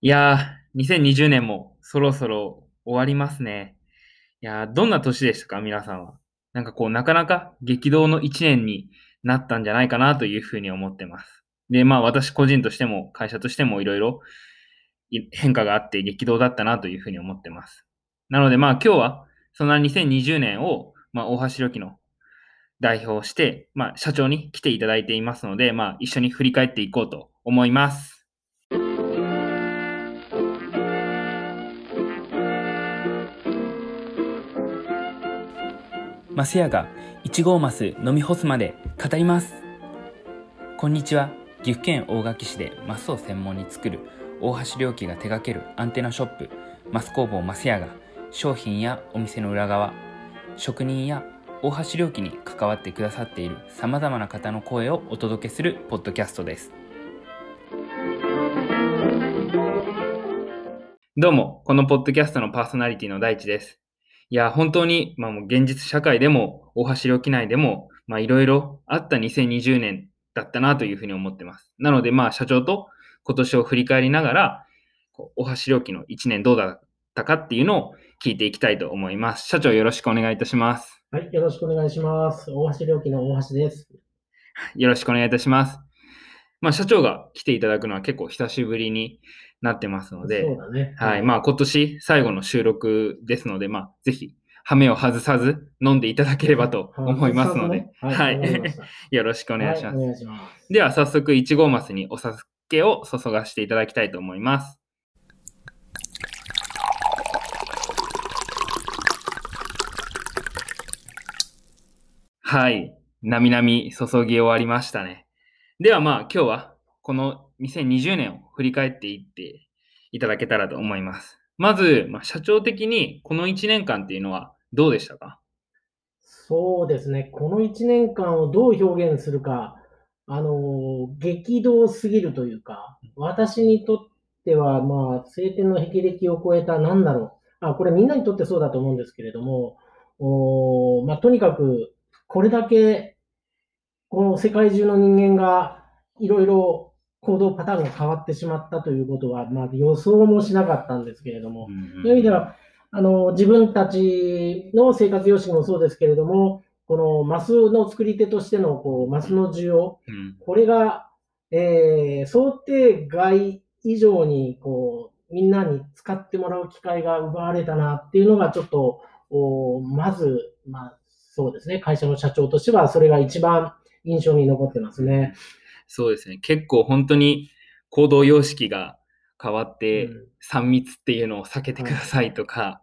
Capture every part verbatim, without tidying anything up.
いやー、にせんにじゅうねんもそろそろ終わりますね。いやー、どんな年でしたか、皆さんは。なんかこう、なかなか激動のいちねんになったんじゃないかなというふうに思ってます。で、まあ私個人としても会社としてもいろいろ変化があって激動だったなというふうに思ってます。なのでまあ今日はそんなにせんにじゅうねんを、まあ、大橋良樹の代表をして、まあ社長に来ていただいていますので、まあ一緒に振り返っていこうと思います。 マスヤがいち号マス飲み干すまで語ります。こんにちは。岐阜県大垣市でマスを専門に作る大橋良樹が手掛けるアンテナショップマス工房マスヤが商品やお店の裏側、職人や大橋良樹に関わってくださっているさまざまな方の声をお届けするポッドキャストです。 どうも、このポッドキャストのパーソナリティの大地です。いや、本当に、まあもう現実社会でも、大橋良樹内でも、まあいろいろあったにせんにじゅうねんだったなというふうに思ってます。なので、まあ社長と今年を振り返りながら、こう大橋良樹のいちねんどうだったかっていうのを聞いていきたいと思います。社長よろしくお願いいたします。 はい、よろしくお願いします。大橋良樹の大橋です。 よろしくお願いいたします。まあ社長が来ていただくのは結構久しぶりになってますので、 そうだね。 はい。まあ今年最後の収録ですので、まあぜひ、羽目を外さず飲んでいただければと思いますので、 ね、はい。 はいわかりました。 よろしくお願いします。 はい、お願いします。 では早速いち号マスにお酒を注がせていただきたいと思います。はい。なみなみ注ぎ終わりましたね。ではまあ今日はこのにせんにじゅうねんを振り返っていっていただけたらと思います。まず、まあ、社長的にこのいちねんかんっていうのはどうでしたか？ そうですね。このいちねんかんをどう表現するか、あの、激動すぎるというか、私にとっては、まあ、青天の霹靂を超えた、なんだろう。あ、これみんなにとってそうだと思うんですけれども、おまあ、とにかく、これだけ、この世界中の人間が、いろいろ行動パターンが変わってしまったということは、まあ、予想もしなかったんですけれども、そういう意味では、あの、自分たちの生活様式もそうですけれども、このマスの作り手としての、こう、マスの需要、これが、えー、想定外以上に、こう、みんなに使ってもらう機会が奪われたなっていうのが、ちょっと、おまず、まあ、そうですね、会社の社長としては、それが一番印象に残ってますね。 そうですね。結構本当に行動様式が変わって、さん密っていうのを避けてくださいとか、はい、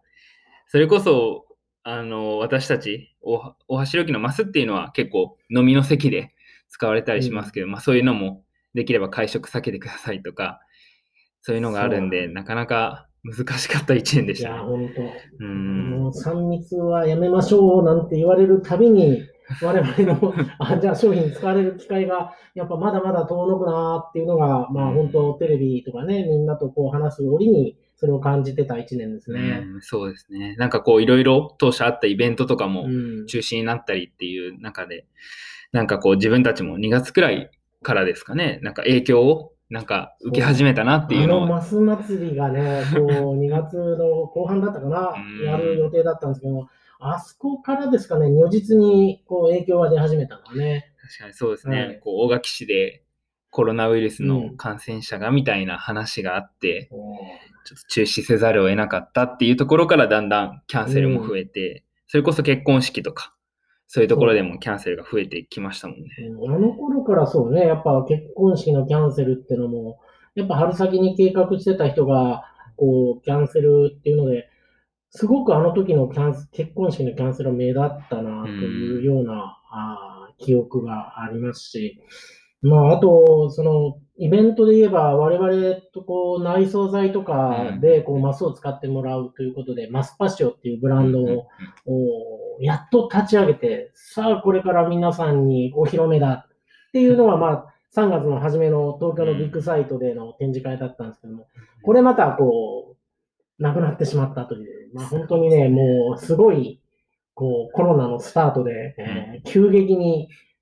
それこそ、あの、私たち、大橋良樹のマスっていうのは結構飲みの席で使われたりしますけど、うん、まあそういうのもできれば会食避けてくださいとか、そういうのがあるんで、なかなか難しかったいちねんでしたね。 いや、本当。うん。もうさん密はやめましょうなんて言われるたびに、我々のあじゃあ商品使われる機会がやっぱまだまだ遠のくなっていうのが、まあ本当テレビとかね、みんなとこう話す折にそれを感じてたいちねんですね。 うん、そうですね。なんかこういろいろ当初あったイベントとかも中止になったりっていう中で、うん、なんかこう自分たちもにがつくらいからですかね、なんか影響をなんか受け始めたなっていうのを。 あのマス祭りがね、こうにがつの後半だったかな、やる予定だったんですけど、あそこからですかね、如実にこう影響が出始めたのはね。 確かにそうですね。はい、こう大垣市でコロナウイルスの感染者がみたいな話があって、うん、ちょっと中止せざるを得なかったっていうところからだんだんキャンセルも増えて、うん、それこそ結婚式とか、そういうところでもキャンセルが増えてきましたもんね。 うん、あの頃からそうね、やっぱ結婚式のキャンセルっていうのも、やっぱ春先に計画してた人が、こう、キャンセルっていうので、すごくあの時のキャン結婚式のキャンセルは目立ったなというような、うん、あ記憶がありますし、まあ、あと、その、イベントで言えば、我々とこう、内装材とかで、こう、マスを使ってもらうということで、うん、マスパシオっていうブランドを、うん、やっと立ち上げて、さあ、これから皆さんにお披露目だっていうのが、まあ、さんがつの初めの東京のビッグサイトでの展示会だったんですけども、これまた、こう、なくなってしまったという、まあ、本当にね、もう、すごい、こう、コロナのスタートで、えー、急激に、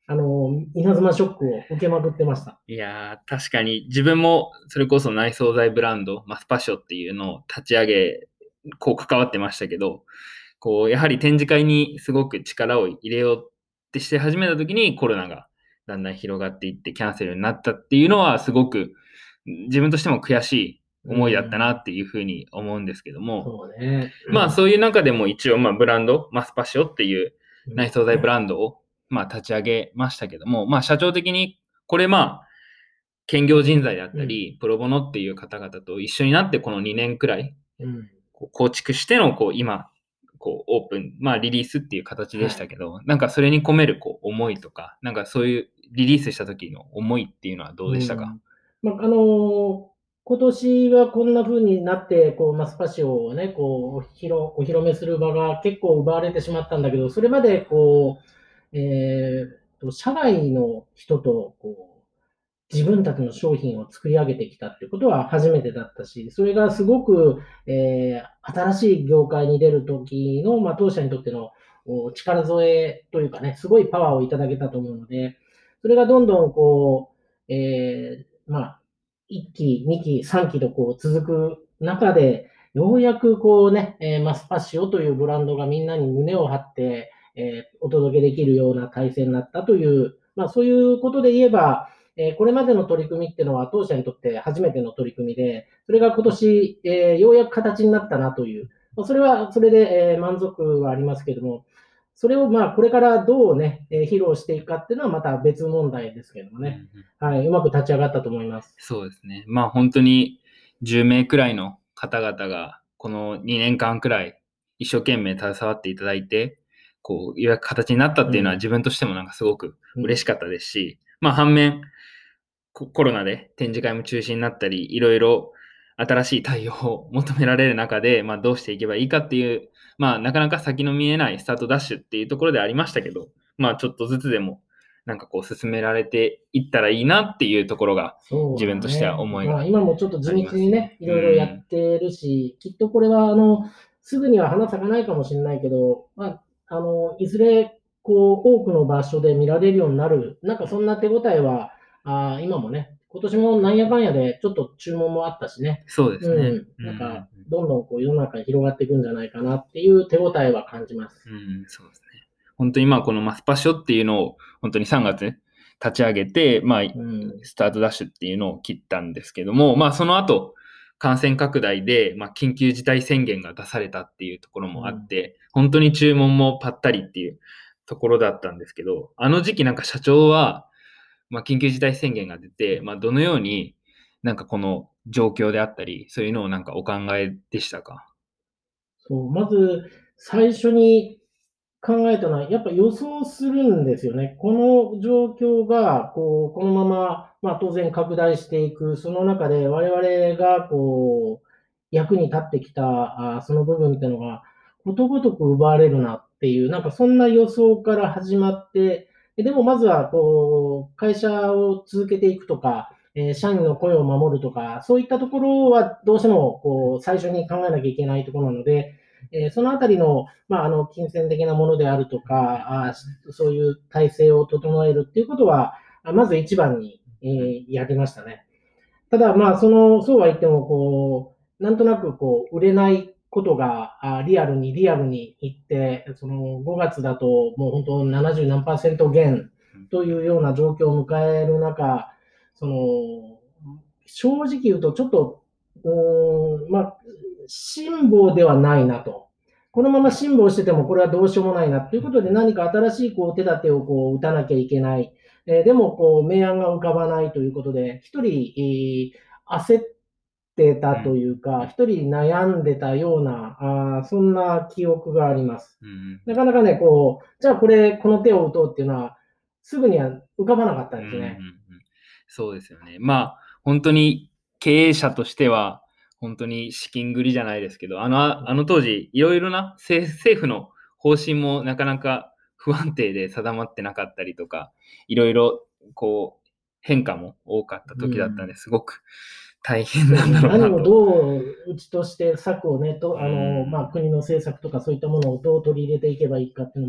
あの、稲妻ショックを受けまくってました。 いやー、確かに自分もそれこそ内惣菜ブランド、マスパショっていうのを立ち上げ、こう関わってましたけど、こう、やはり展示会にすごく力を入れようってして始めた時にコロナがだんだん広がっていってキャンセルになったっていうのはすごく自分としても悔しい思いだったなっていうふうに思うんですけども、 そうね。 まあそういう中でも一応まあブランド、マスパショっていう内惣菜ブランドをまあ立ち上げましたけども、まあ社長的にこれまあ兼業人材だったり、プロボノっていう方々と一緒になってこのにねんくらいこう構築してのこう今こうオープン、まあリリースっていう形でしたけど、はい、なんかそれに込めるこう思いとか、なんかそういうリリースした時の思いっていうのはどうでしたか？ うん、まあ、あのー、今年はこんな風になって、こうマスパシオをね、こうお披露お披露目する場が結構奪われてしまったんだけど、それまでこう、えー、社外の人とこう自分たちの商品を作り上げてきたっていうことは初めてだったし、それがすごく、えー、新しい業界に出るときの、まあ、当社にとっての力添えというかね、すごいパワーをいただけたと思うので、それがどんどんこう、えー、まあ、いっき、にき、さんきとこう続く中で、ようやくこうね、えー、マスパシオというブランドがみんなに胸を張って、えー、お届けできるような体制になったという、まあ、そういうことで言えば、えー、これまでの取り組みっていうのは当社にとって初めての取り組みで、それが今年、えー、ようやく形になったなという、それはそれで、えー、満足はありますけれども、それをまあこれからどうね、えー、披露していくかっていうのはまた別問題ですけどもね、うんうん、はい、うまく立ち上がったと思います。 そうですね。まあ本当にじゅうめいくらいの方々がこのにねんかんくらい一生懸命携わっていただいて、こう、ようやく形になったっていうのは自分としてもなんかすごく嬉しかったですし、うん、まあ反面、コロナで展示会も中止になったり、いろいろ新しい対応を求められる中で、まあ、どうしていけばいいかっていう、まあ、なかなか先の見えないスタートダッシュっていうところでありましたけど、まあ、ちょっとずつでも、なんかこう、進められていったらいいなっていうところが、自分としては思いが、 ね、まあ、今もちょっと地道にね、いろいろやってるし、うん、きっとこれは、あの、すぐには花咲かないかもしれないけど、まあ、あの、いずれ、こう、多くの場所で見られるようになる、なんかそんな手応えは、あ今もね、今年もなんやかんやでちょっと注文もあったしね。 そうですね。 うん。なんか、どんどんこう世の中に広がっていくんじゃないかなっていう手応えは感じます。 うん、そうですね。本当にまあこのマスパショっていうのを本当にさんがつ立ち上げて、まあ、スタートダッシュっていうのを切ったんですけども、まあその後、感染拡大で、まあ、緊急事態宣言が出されたっていうところもあって、うん、本当に注文もパッタリっていうところだったんですけど、あの時期なんか社長は、まあ、緊急事態宣言が出て、まあ、どのようになんかこの状況であったり、そういうのをなんかお考えでしたか？ そう、まず最初に考えたのは、やっぱ予想するんですよね。この状況が、こう、このまま、まあ当然拡大していく、その中で我々が、こう、役に立ってきた、あその部分っていうのが、ことごとく奪われるなっていう、なんかそんな予想から始まって、でもまずは、こう、会社を続けていくとか、えー、社員の声を守るとか、そういったところはどうしても、こう、最初に考えなきゃいけないところなので、えー、そのあたりの、まあ、あの、金銭的なものであるとか、あそういう体制を整えるっていうことは、まず一番に、えー、やりましたね。ただ、まあ、その、そうは言っても、こう、なんとなく、こう、売れないことが、あリアルにリアルにいって、その、ごがつだと、もう本当ななじゅう何パーセント減というような状況を迎える中、その、正直言うと、ちょっと、うーん、まあ、辛抱ではないなと。このまま辛抱しててもこれはどうしようもないなということで何か新しいこう手立てをこう打たなきゃいけない。えー、でもこう明暗が浮かばないということで、一人、えー、焦ってたというか、一人悩んでたような、あそんな記憶があります。なかなかね、こう、じゃあこれ、この手を打とうっていうのは、すぐには浮かばなかったんですね。 うんうんうん、そうですよね。まあ、本当に経営者としては、本当に資金繰りじゃないですけど、あの、あの当時、いろいろな政府の方針もなかなか不安定で定まってなかったりとか、いろいろこう変化も多かった時だったんで、すごく大変なんだろうなと。 何をどううちとして策をね、とあのまあ、国の政策とかそういったものをどう取り入れていけばいいかっていうのも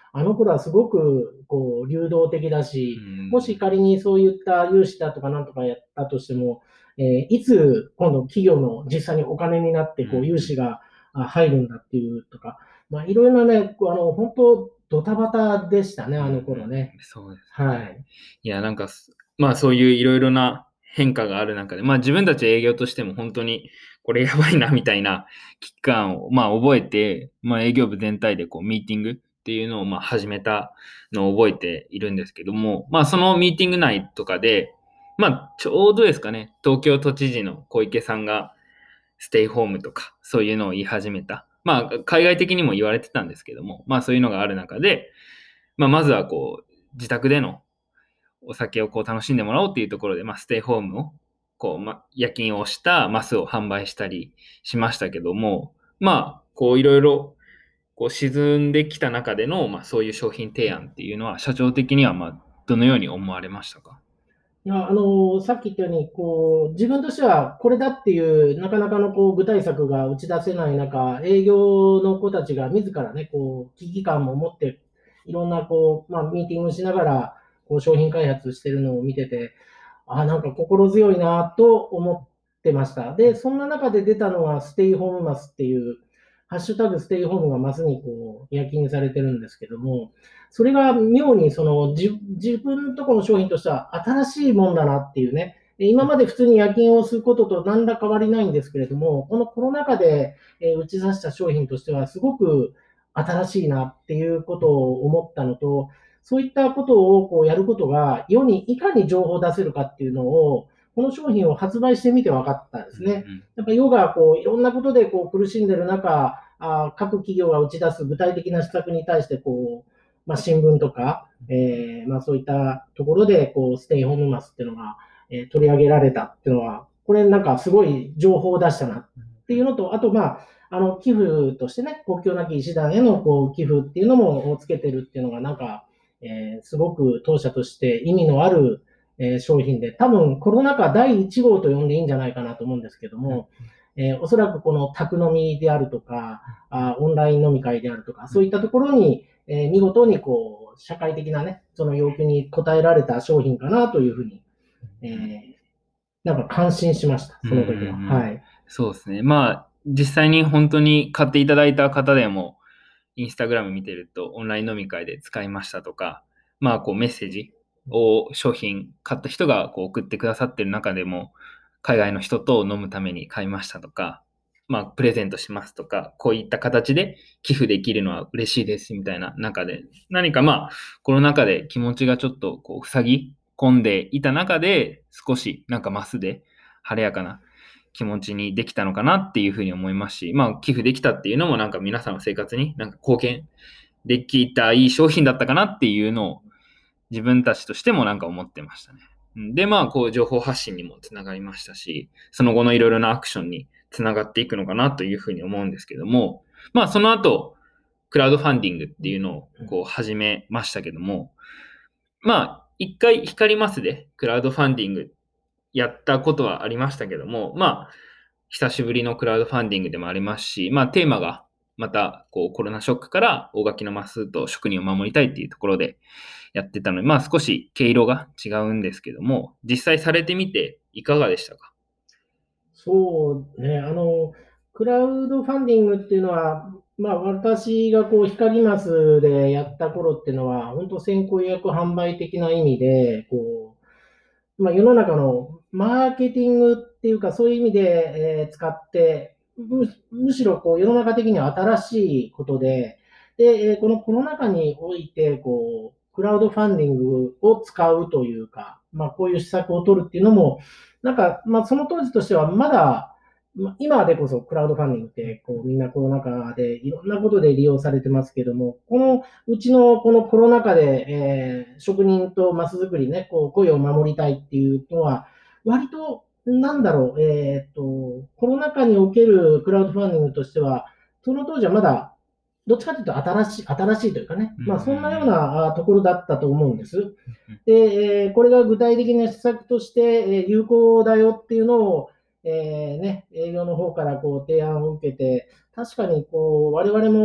あの頃はすごくこう流動的だし、 うんもし仮にそういった融資だとかなんとかやったとしても、えーいつ今度企業の実際にお金になってこうんう融資があ入るんだっていうとか、まあ、いろいろなね、こうあの本当ドタバタでしたね、あの頃ね。 うんそうですね。 はい。 いや、なんかす、まあそういういろいろな変化がある中で、まあ自分たち営業としても本当にこれやばいなみたいな危機感をまあ覚えて、まあ営業部全体でこうミーティングっていうのをまあ始めたのを覚えているんですけども、まあそのミーティング内とかで、まあちょうどですかね、東京都知事の小池さんがステイホームとかそういうのを言い始めた。まあ海外的にも言われてたんですけども、まあそういうのがある中で、まあまずはこう自宅でのお酒をこう楽しんでもらおうっていうところで、まあ、ステイホームを、こう、ま、夜勤をしたマスを販売したりしましたけども、まあ、こういろいろ、こう沈んできた中での、まあ、そういう商品提案っていうのは、社長的には、まあ、どのように思われましたか？ いや、あの、さっき言ったように、こう、自分としてはこれだっていう、なかなかのこう具体策が打ち出せない中、営業の子たちが自らね、こう、危機感も持って、いろんなこう、まあ、ミーティングしながら、こう、商品開発してるのを見てて、あ、なんか心強いなと思ってました。で、そんな中で出たのが、ステイホームマスっていう、ハッシュタグステイホームがマスにこう、焼きにされてるんですけども、それが妙にその自自分のところの商品としては新しいもんだなっていうね、今まで普通に夜勤をすることと何ら変わりないんですけれども、このコロナ禍で打ち出した商品としてはすごく新しいなっていうことを思ったのと、そういったことをこうやることが世にいかに情報を出せるかっていうのを、この商品を発売してみて分かったんですね。 うんやっぱ世がこういろんなことでこう苦しんでる中、あ各企業が打ち出す具体的な施策に対してこう、まあ、新聞とか、えーまあ、そういったところでこうステイホームマスっていうのが、えー取り上げられたっていうのは、これなんかすごい情報を出したなっていうのと、あと、まあ、あの寄付としてね、国境なき医師団へのこう寄付っていうのもつけてるっていうのが、なんか、えーすごく当社として意味のある、えー商品で、多分コロナ禍だいいち号と呼んでいいんじゃないかなと思うんですけども、えーおそらくこの宅飲みであるとか、あオンライン飲み会であるとか、そういったところに、えー見事にこう社会的なね、その要求に応えられた商品かなというふうに、えーなんか感心しました、その時は。 うんうんうんはい。 そうですね。まあ、実際に本当に買っていただいた方でも、インスタグラム見てると、オンライン飲み会で使いましたとか、まあ、こうメッセージを商品買った人がこう送ってくださってる中でも、海外の人と飲むために買いましたとか、まあ、プレゼントしますとか、こういった形で寄付できるのは嬉しいですみたいな中で、何かまあ、コロナ禍で気持ちがちょっとこう塞ぎ込んでいた中で、少しなんかマスで晴れやかな気持ちにできたのかなっていうふうに思いますし、まあ、寄付できたっていうのもなんか皆さんの生活になんか貢献できたいい商品だったかなっていうのを自分たちとしてもなんか思ってましたね。で、まあ、こう情報発信にもつながりましたし、その後のいろいろなアクションにつながっていくのかなというふうに思うんですけども、まあ、その後、クラウドファンディングっていうのをこう始めましたけども、まあ、一回光マスでクラウドファンディングやったことはありましたけども、まあ、久しぶりのクラウドファンディングでもありますし、まあ、テーマがまたこうコロナショックから大垣のマスと職人を守りたいっていうところでやってたので、まあ、少し毛色が違うんですけども、実際されてみていかがでしたか？ そうね、あの、クラウドファンディングっていうのは、まあ、私がこう、光マスでやった頃っていうのは、本当先行予約販売的な意味で、こう、まあ、世の中のマーケティングっていうか、そういう意味で、えー使って、む、むしろこう世の中的には新しいことで、で、えーこのコロナ禍において、こう、クラウドファンディングを使うというか、まあ、こういう施策を取るっていうのも、なんか、まあ、その当時としては、まだ、まあ今でこそクラウドファンディングってこうみんなコロナ禍でいろんなことで利用されてますけども、このうちのこのコロナ禍で、えー職人とマス作りね、こう声を守りたいっていうのは、割と、なんだろう、えーっと、コロナ禍におけるクラウドファンディングとしては、その当時はまだ、どっちかというと新しい、新しいというかね、まあそんなようなあところだったと思うんです。で、えーこれが具体的な施策として、えー有効だよっていうのを、えーね、営業の方からこう提案を受けて、確かにこう我々も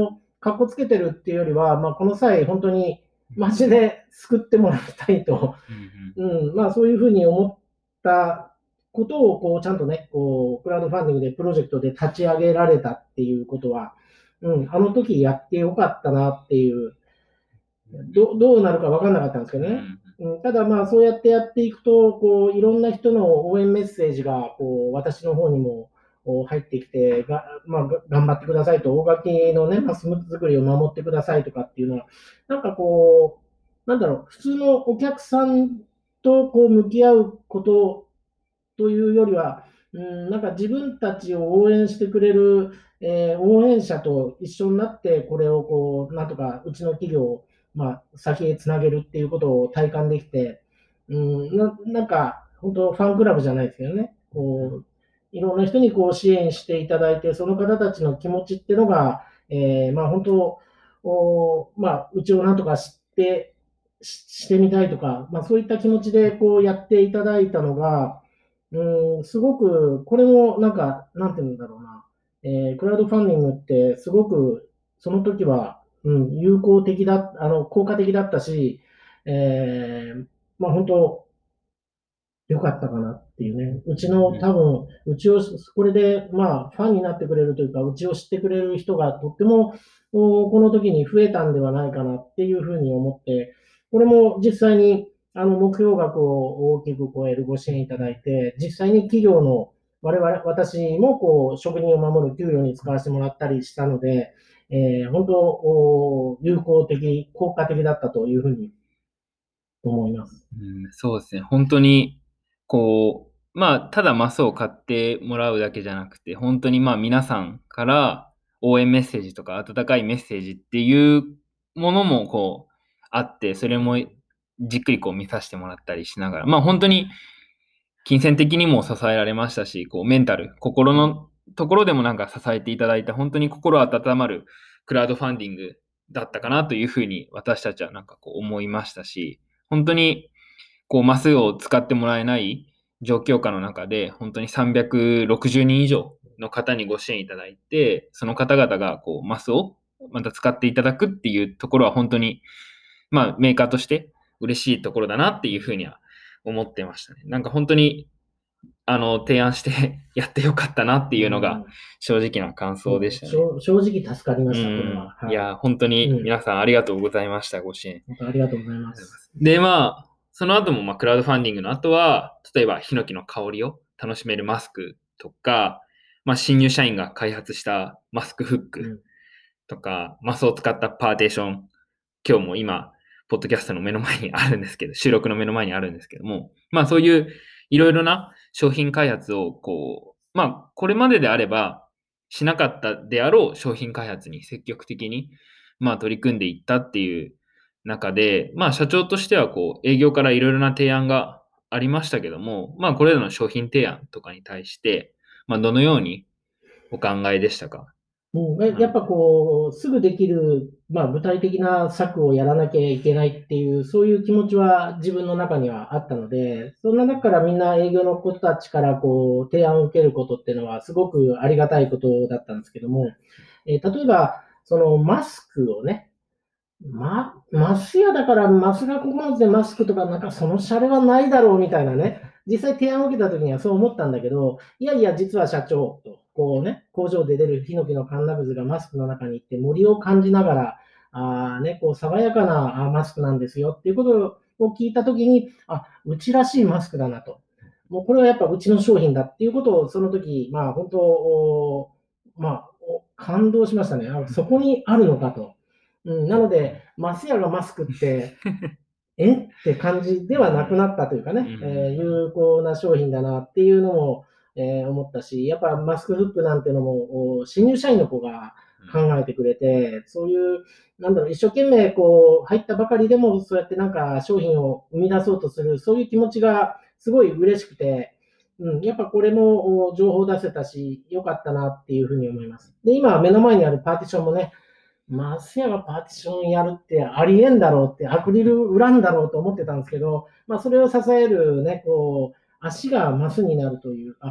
かっこつけてるっていうよりは、まあ、この際、本当にマジで救ってもらいたいと、 うんうんうんまあ、そういうふうに思ったことをこうちゃんとね、こうクラウドファンディングでプロジェクトで立ち上げられたっていうことは、うん、あの時やってよかったなっていう、どどうなるか分からなかったんですけどね。うん、ただ、まあ、そうやってやっていくと、こういろんな人の応援メッセージがこう私の方にもこう入ってきてが、まあ、が頑張ってくださいと、大垣のね、マス作りを守ってくださいとかっていうのは、なんかこう、なんだろう、普通のお客さんとこう向き合うことというよりは、うん、なんか自分たちを応援してくれる、えー応援者と一緒になって、これをこう、なんとかうちの企業を、まあ、先へつなげるっていうことを体感できて、うん、ななんか、本当、ファンクラブじゃないですけどね、こういろんな人にこう支援していただいて、その方たちの気持ちっていうのが、えーまあ、本当、おまあ、うちをなんとか知ってししてみたいとか、まあ、そういった気持ちでこうやっていただいたのが、うん、すごく、これもなんか、なんていうんだろうな、えークラウドファンディングってすごく、その時は、うん、有効的だ、あの、効果的だったし、えーまあ本当、良かったかなっていうね。うちの多分、うちを、これで、まあ、ファンになってくれるというか、うちを知ってくれる人がとっても、おこの時に増えたんではないかなっていうふうに思って、これも実際に、あの、目標額を大きく超えるご支援いただいて、実際に企業の、我々、私も、こう、職人を守る給与に使わせてもらったりしたので、えー本当、お有効的、効果的だったというふうに思います。 うん、そうですね。本当に、こう、まあ、ただマスを買ってもらうだけじゃなくて、本当にまあ皆さんから応援メッセージとか温かいメッセージっていうものもこうあって、それもじっくりこう見させてもらったりしながら、まあ本当に金銭的にも支えられましたし、こうメンタル、心のところでもなんか支えていただいた、本当に心温まるクラウドファンディングだったかなというふうに私たちはなんかこう思いましたし、本当にこうマスを使ってもらえない状況下の中で、本当にさんびゃくろくじゅうにん以上の方にご支援いただいて、その方々がこうマスをまた使っていただくっていうところは本当に、まあメーカーとして嬉しいところだなっていうふうには思ってましたね。なんか本当にあの提案してやってよかったなっていうのが正直な感想でしたね。 正正直助かりました、これうんは。はいいや、本当に皆さんありがとうございました、ご支援。 本当ありがとうございます。 で、まあ、その後も、まあ、クラウドファンディングの後は、例えば、ヒノキの香りを楽しめるマスクとか、まあ、新入社員が開発したマスクフッうんクとか、マスを使ったパーテーション、今日も今、ポッドキャストの目の前にあるんですけど、収録の目の前にあるんですけども、まあ、そういういろいろな商品開発を、こう、まあ、これまでであれば、しなかったであろう商品開発に積極的に、まあ、取り組んでいったっていう中で、まあ、社長としては、こう、営業からいろいろな提案がありましたけども、まあ、これらの商品提案とかに対して、まあ、どのようにお考えでしたか？ うん、ややっぱこう、すぐできる、まあ、具体的な策をやらなきゃいけないっていう、そういう気持ちは自分の中にはあったので、そんな中からみんな営業の子たちからこう提案を受けることっていうのは、すごくありがたいことだったんですけども、えー例えば、そのマスクをね、ま、マス屋だからマスがここつでマスクとかなんかそのシャレはないだろうみたいなね、実際提案を受けた時にはそう思ったんだけど、いやいや、実は社長と、こうね、工場で出るヒノキのカンナグズがマスクの中に行って森を感じながら、あね、こう爽やかなあマスクなんですよっていうことを聞いた時に、あ、うちらしいマスクだなと。もうこれはやっぱうちの商品だっていうことをその時、まあ本当、おまあ、お感動しましたね。あそこにあるのかと。うん、なので、マスヤがマスクって、えって感じではなくなったというかね、 うんえー有効な商品だなっていうのも、えー思ったし、やっぱマスクフックなんてのも、お新入社員の子が考えてくれて、そういう、なんだろう、一生懸命こう、入ったばかりでも、そうやってなんか商品を生み出そうとする、そういう気持ちがすごい嬉しくて、うん、やっぱこれもお情報出せたし、良かったなっていうふうに思います。で、今目の前にあるパーティションもね、マスヤがパーティションやるってありえんだろうって、アクリル裏んだろうと思ってたんですけど、まあ、それを支えるね、こう、足がマスになるという、あ、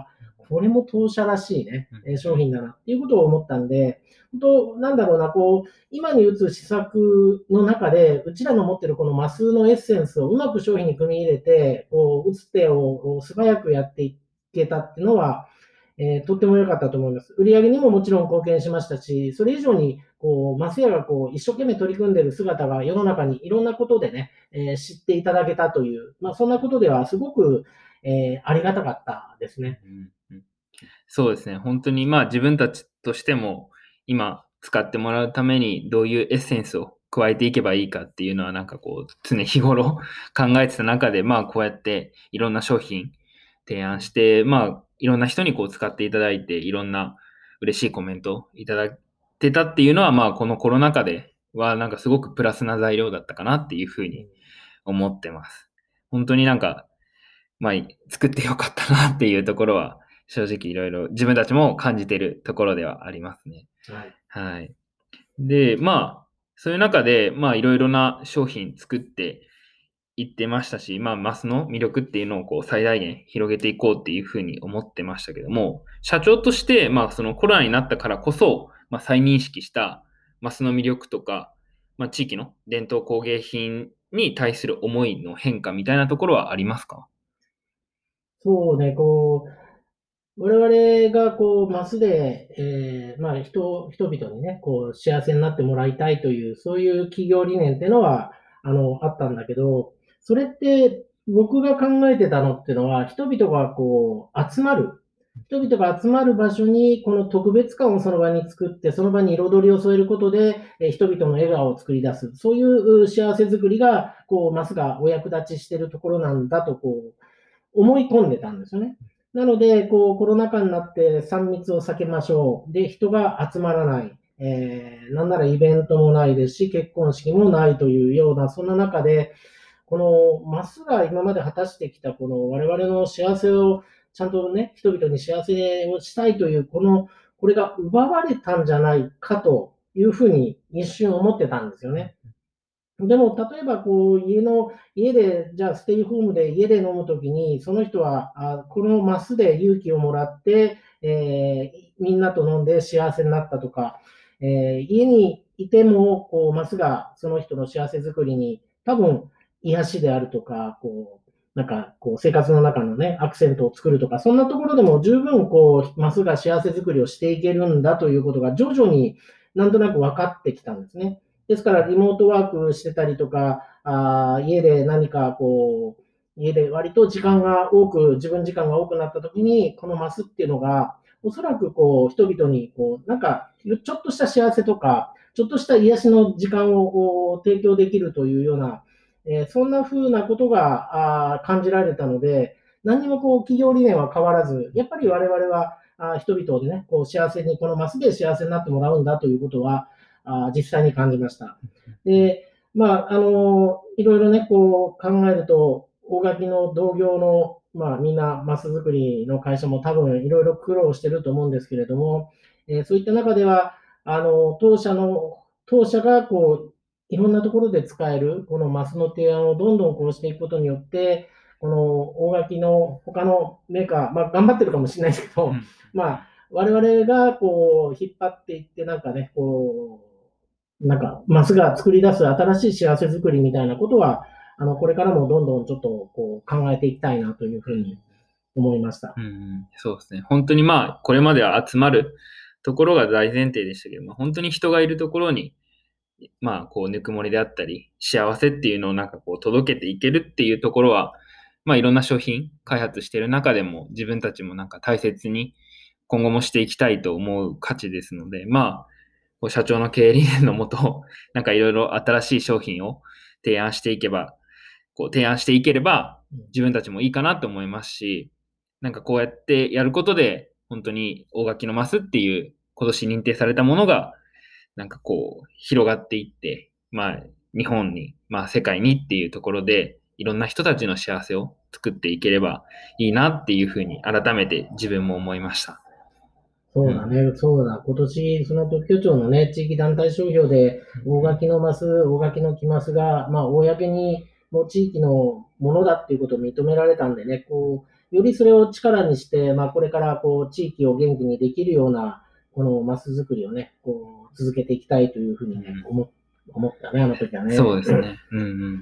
これも当社らしいね、 うん商品だなっていうことを思ったんで、本当、なんだろうな、こう、今に打つ施策の中で、うちらの持ってるこのマスのエッセンスをうまく商品に組み入れて、こう、打つ手を素早くやっていけたっていうのは、えー、とっても良かったと思います。売上にももちろん貢献しましたし、それ以上に、こう、マスヤがこう、一生懸命取り組んでいる姿が世の中にいろんなことでね、えー、知っていただけたという、まあ、そんなことではすごく、えー、ありがたかったですね。 うんうん、そうですね。本当にまあ自分たちとしても今使ってもらうためにどういうエッセンスを加えていけばいいかっていうのはなんかこう常日頃考えてた中で、まあこうやっていろんな商品提案して、まあいろんな人にこう使っていただいていろんな嬉しいコメントをいただいてたっていうのは、まあこのコロナ禍ではなんかすごくプラスな材料だったかなっていうふうに思ってます。本当になんかまあ、作ってよかったなっていうところは、正直いろいろ自分たちも感じているところではありますね。 はい。 はい。で、まあ、そういう中で、まあ、いろいろな商品作っていってましたし、まあ、マスの魅力っていうのをこう最大限広げていこうっていうふうに思ってましたけども、社長として、まあ、そのコロナになったからこそ、まあ、再認識したマスの魅力とか、まあ、地域の伝統工芸品に対する思いの変化みたいなところはありますか？ そうね、こう、我々がこう、マスで、えー、まあ人、人々にね、こう、幸せになってもらいたいという、そういう企業理念っていうのは、あの、あったんだけど、それって僕が考えてたのっていうのは、人々がこう、集まる。人々が集まる場所に、この特別感をその場に作って、その場に彩りを添えることで、えー人々の笑顔を作り出す。そういう幸せ作りが、こう、マスがお役立ちしているところなんだと、こう、思い込んでたんですよね。なので、こう、コロナ禍になってさん密を避けましょう。で、人が集まらない。えー、なんならイベントもないですし、結婚式もないというような、そんな中で、このマスが今まで果たしてきた、この我々の幸せを、ちゃんとね、人々に幸せをしたいという、この、これが奪われたんじゃないかというふうに一瞬思ってたんですよね。でも、例えば、こう、家の、家で、じゃあ、ステイホームで家で飲むときに、その人は、あこのマスで勇気をもらって、えーみんなと飲んで幸せになったとか、えー家にいても、こう、マスがその人の幸せ作りに、多分、癒しであるとか、こう、なんか、こう、生活の中のね、アクセントを作るとか、そんなところでも十分、こう、マスが幸せ作りをしていけるんだということが、徐々になんとなく分かってきたんですね。ですから、リモートワークしてたりとか、あ家で何かこう、家で割と時間が多く、自分時間が多くなった時に、このマスっていうのが、おそらくこう、人々にこう、なんか、ちょっとした幸せとか、ちょっとした癒しの時間をこう提供できるというような、えーそんな風なことがあ感じられたので、何にもこう、企業理念は変わらず、やっぱり我々は、あ人々をね、こう幸せに、このマスで幸せになってもらうんだということは、あ実際に感じました。で、まあ、あの、いろいろね、こう考えると、大垣の同業の、まあ、みんなマス作りの会社も多分いろいろ苦労してると思うんですけれども、えーそういった中では、あの、当社の、当社がこう、いろんなところで使える、このマスの提案をどんどんこうしていくことによって、この大垣の他のメーカー、まあ、頑張ってるかもしれないですけど、まあ、我々がこう引っ張っていって、なんかね、こう、なんか、マスが作り出す新しい幸せ作りみたいなことは、あの、これからもどんどんちょっとこう考えていきたいなというふうに思いました。 うん、そうですね。本当にまあ、これまでは集まるところが大前提でしたけど、まあ、本当に人がいるところに、まあ、こう、ぬくもりであったり、幸せっていうのをなんかこう、届けていけるっていうところは、まあ、いろんな商品開発している中でも、自分たちもなんか大切に今後もしていきたいと思う価値ですので、まあ、こう社長の経営理念のもと、なんかいろいろ新しい商品を提案していけば、こう提案していければ自分たちもいいかなと思いますし、なんかこうやってやることで、本当に大垣のマスっていう今年認定されたものが、なんかこう広がっていって、まあ日本に、まあ世界にっていうところで、いろんな人たちの幸せを作っていければいいなっていうふうに改めて自分も思いました。 そうだね、そうだ。今年、その特許庁のね、地域団体商標で、大垣のマス、大垣の木マスが、まあ、公に、もう地域のものだっていうことを認められたんでね、こう、 よりそれを力にして、まあ、これからこう地域を元気にできるような、このマス作りをね、こう続けていきたいというふうにね、 うん思思ったね、あの時はね。 そうですね。うんうんうん。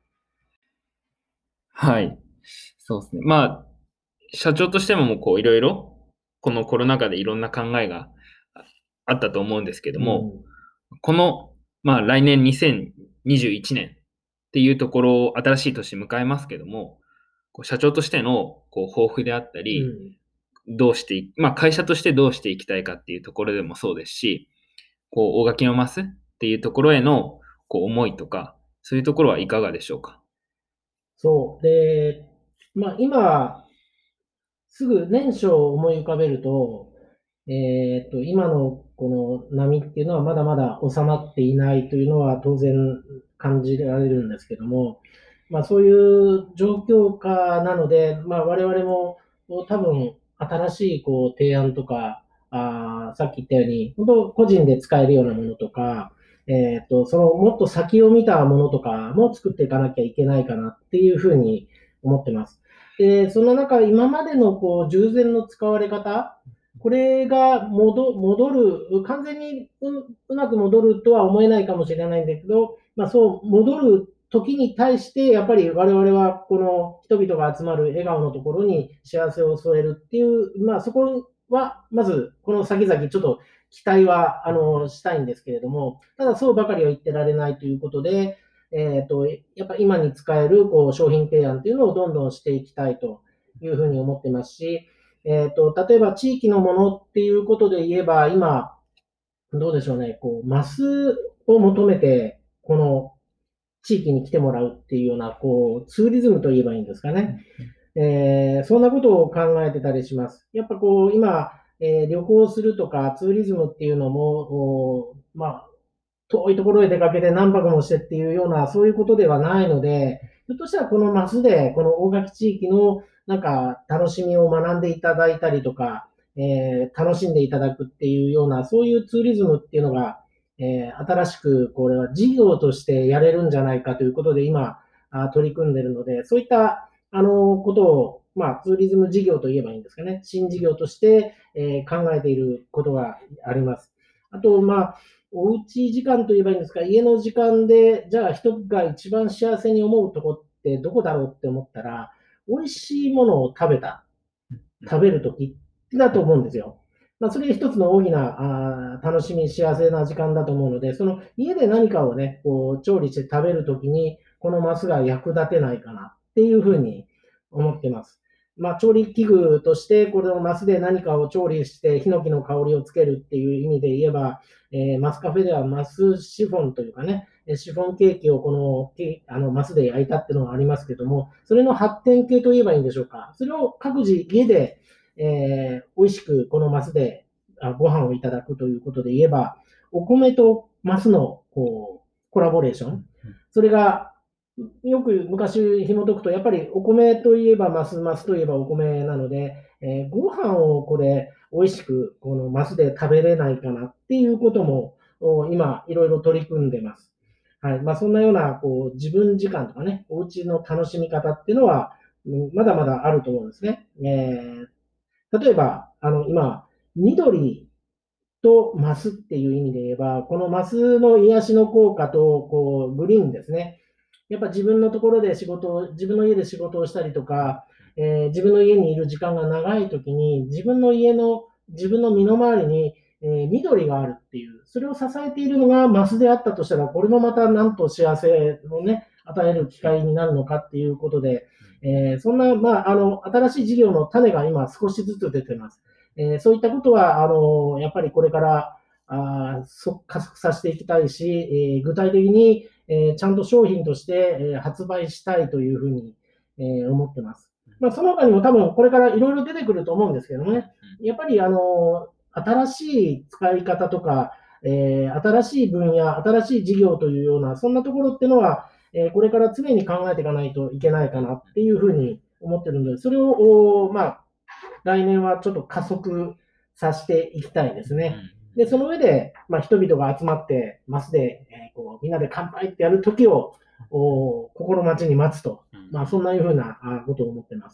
はい。そうですね。まあ、社長としてももうこういろいろ、このコロナ禍でいろんな考えがああったと思うんですけども、この、まあ来年にせんにじゅういちねんっていうところを新しい年迎えますけども、こう社長としてのこう抱負であったうんり、 うんどうしてい、まあ会社としてどうしていきたいかっていうところでもそうですし、こう大垣のマスっていうところへのこう思いとか、そういうところはいかがでしょうか？ そう。で、まあ、今、すぐ年初を思い浮かべると、えっと、今のこの波っていうのはまだまだ収まっていないというのは当然感じられるんですけども、まあ、そういう状況下なので、まあ、我々も多分新しいこう提案とか、あーさっき言ったように、本当個人で使えるようなものとか、えっと、そのもっと先を見たものとかも作っていかなきゃいけないかなっていうふうに思ってます。で、その中、今までのこう従前の使われ方、これが戻戻る、完全にううまく戻るとは思えないかもしれないんだけど、まあ、そう戻る時に対して、やっぱり我々はこの人々が集まる笑顔のところに幸せを添えるっていう、まあ、そこはまずこの先々ちょっと期待はあのしたいんですけれども、ただそうばかりは言ってられないということで、えーと、やっぱ今に使えるこう商品提案というのをどんどんしていきたいというふうに思ってますし、えーと、例えば地域のものっていうことで言えば、今、どうでしょうね、こう、マスを求めて、この地域に来てもらうっていうような、こう、ツーリズムと言えばいいんですかね。えーそんなことを考えてたりします。やっぱこう、今、えー旅行するとか、ツーリズムっていうのも、まあ、遠いところへ出かけて何泊もしてっていうような、そういうことではないので、ひょっとしたらこのマスで、この大垣地域のなんか楽しみを学んでいただいたりとか、えー楽しんでいただくっていうような、そういうツーリズムっていうのが、えー新しくこれは事業としてやれるんじゃないかということで今、あ取り組んでいるので、そういったあのことを、まあ、ツーリズム事業といえばいいんですかね、新事業として、えー考えていることがあります。あと、まあ、おうち時間といえばいいんですか、家の時間で、じゃあ人が一番幸せに思うとこってどこだろうって思ったら、美味しいものを食べた、食べるときだと思うんですよ。まあ、それが一つの大きなあ楽しみ、幸せな時間だと思うので、その家で何かをね、こう調理して食べるときに、このマスが役立てないかなっていうふうに思ってます。まあ、調理器具として、このマスで何かを調理して、ヒノキの香りをつけるっていう意味で言えば、えーマスカフェではマスシフォンというかね、シフォンケーキをこのあのマスで焼いたっていうのがありますけども、それの発展系と言えばいいんでしょうか。それを各自家で、えー、美味しくこのマスでご飯をいただくということで言えば、お米とマスのこうコラボレーション、それがよく昔紐解くと、やっぱりお米といえばマス、マスといえばお米なので、えー、ご飯をこれ、美味しくこのマスで食べれないかなっていうことも、今、いろいろ取り組んでます。はい。まあ、そんなような、こう、自分時間とかね、お家の楽しみ方っていうのは、まだまだあると思うんですね。えー、例えば、あの、今、緑とマスっていう意味で言えば、このマスの癒しの効果と、こう、グリーンですね。やっぱ自分のところで仕事を、自分の家で仕事をしたりとか、えー自分の家にいる時間が長いときに、自分の家の、自分の身の回りに、えー緑があるっていう、それを支えているのがマスであったとしたら、これもまたなんと幸せをね、与える機会になるのかっていうことで、えーそんな、まあ、あの、新しい事業の種が今少しずつ出てます。えーそういったことは、あの、やっぱりこれから、あそ加速させていきたいし、えー具体的に、えーちゃんと商品として、えー発売したいというふうに、えー思ってます。まあ、その他にも多分これからいろいろ出てくると思うんですけどもね、やっぱりあの新しい使い方とか、えー新しい分野、新しい事業というような、そんなところっていうのは、えーこれから常に考えていかないといけないかなっていうふうに思ってるので、それを、おまあ、来年はちょっと加速させていきたいですね。で、その上で、まあ、人々が集まって、マスで、えーこうみんなで乾杯ってやるときをお心待ちに待つと、まあ、そんないうふうなあことを思ってます。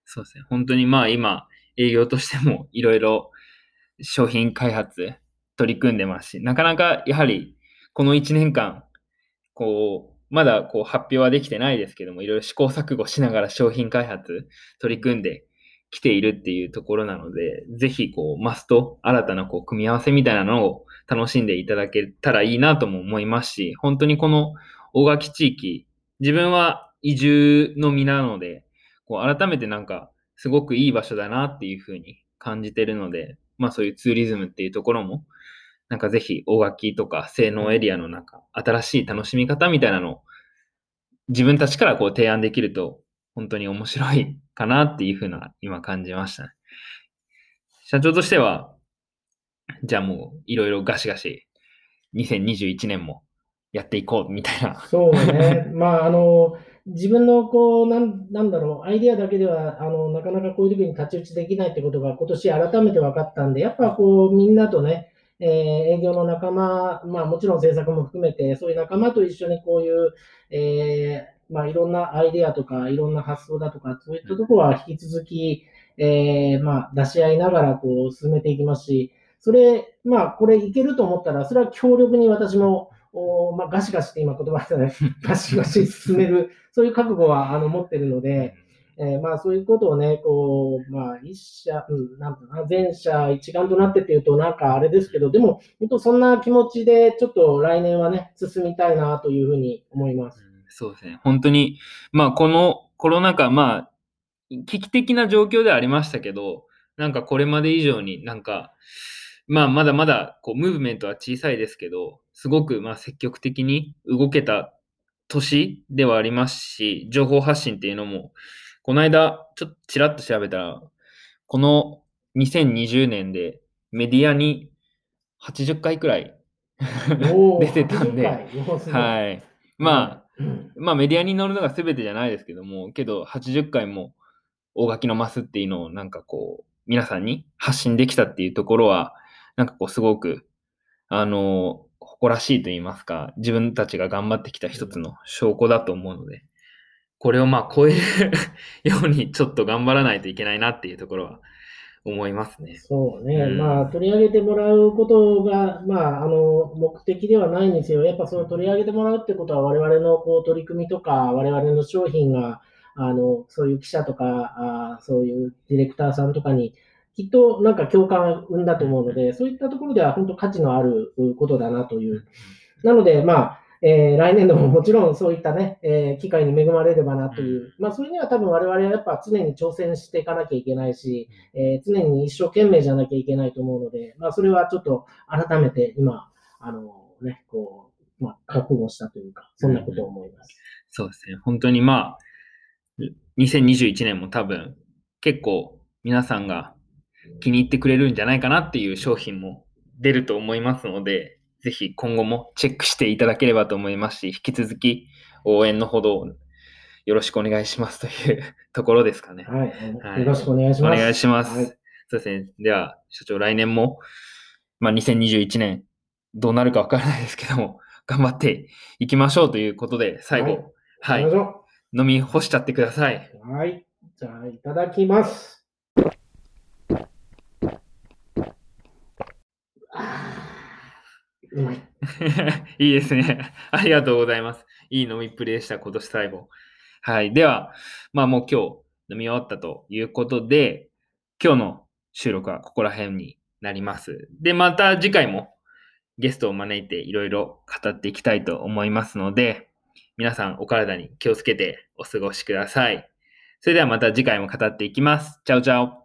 そうですね。本当にまあ今、営業としてもいろいろ商品開発取り組んでますし、なかなかやはりこのいちねんかん、こう、まだこう発表はできてないですけども、いろいろ試行錯誤しながら商品開発取り組んできているっていうところなので、ぜひこう、マスと新たなこう組み合わせみたいなのを楽しんでいただけたらいいなとも思いますし、本当にこの大垣地域、自分は移住の身なので、こう改めてなんかすごくいい場所だなっていうふうに感じてるので、まあそういうツーリズムっていうところも、なんかぜひ大垣とか西濃エリアのなんか新しい楽しみ方みたいなのを自分たちからこう提案できると本当に面白いかなっていうふうな今感じましたね。社長としては、じゃあもういろいろガシガシにせんにじゅういちねんもやっていこうみたいな。 そうね。まあ、あの、自分のこう、なん、なんだろう、アイデアだけでは、あの、なかなかこういう時に太刀打ちできないってことが今年改めて分かったんで、やっぱこう、みんなとね、えー営業の仲間、まあもちろん制作も含めて、そういう仲間と一緒にこういう、えーまあいろんなアイデアとか、いろんな発想だとか、そういったところは引き続き、えーまあ出し合いながらこう進めていきますし、それ、まあこれいけると思ったら、それは強力に私もおまあ、ガシガシって今言葉でね、ガシガシ進める、そういう覚悟はあの持ってるので、えーまあそういうことをね、こう、まあ一社、うん、なんとな、全社一丸となってっていうとなんかあれですけど、でも本当そんな気持ちでちょっと来年はね、進みたいなというふうに思います。 うん、そうですね。本当に、まあこのコロナ禍、まあ危機的な状況ではありましたけど、なんかこれまで以上になんか、まあまだまだこうムーブメントは小さいですけど、すごくまあ積極的に動けた年ではありますし、情報発信っていうのも、この間ちょっとちらっと調べたら、このにせんにじゅうねんでメディアにはちじゅっかいくらい出てたんで、はい。まあ、まあメディアに載るのが全てじゃないですけども、けどはちじゅっかいも大垣のマスっていうのをなんかこう、皆さんに発信できたっていうところは、なんかこうすごく、あの、誇らしいと言いますか、自分たちが頑張ってきた一つの証拠だと思うので、これをまあ超えるようにちょっと頑張らないといけないなっていうところは思いますね。 そうね、 うん、 まあ、取り上げてもらうことが、まあ、あの目的ではないんですよ。やっぱその取り上げてもらうってことは、我々のこう取り組みとか、我々の商品が、あのそういう記者とかあ、そういうディレクターさんとかに、きっとなんか共感を生んだと思うので、そういったところでは本当価値のあることだなという。なので、まあ、えー来年度ももちろんそういったね、えー機会に恵まれればなという、まあ、それには多分我々はやっぱ常に挑戦していかなきゃいけないし、えー常に一生懸命じゃなきゃいけないと思うので、まあ、それはちょっと改めて今、あのね、こう、まあ、覚悟したというか、そんなことを思います。 そうですね。本当にまあ、にせんにじゅういちねんも多分結構皆さんが気に入ってくれるんじゃないかなっていう商品も出ると思いますので、ぜひ今後もチェックしていただければと思いますし、引き続き応援のほどよろしくお願いしますというところですかね。 はい。 はいよろしくお願いします。 お願いします。 はい。 そうですね。では、社長、来年も、まあ、にせんにじゅういちねん、どうなるかわからないですけども、頑張っていきましょうということで、最後、はい、 行きましょ飲み干しちゃってください。 う。はい。じゃあ、いただきます。うまい。 いいですね。ありがとうございます。いい飲みっぷりでした、今年最後。はい。では、まあもう今日飲み終わったということで、今日の収録はここら辺になります。で、また次回もゲストを招いていろいろ語っていきたいと思いますので、皆さんお体に気をつけてお過ごしください。それではまた次回も語っていきます。チャオチャオ。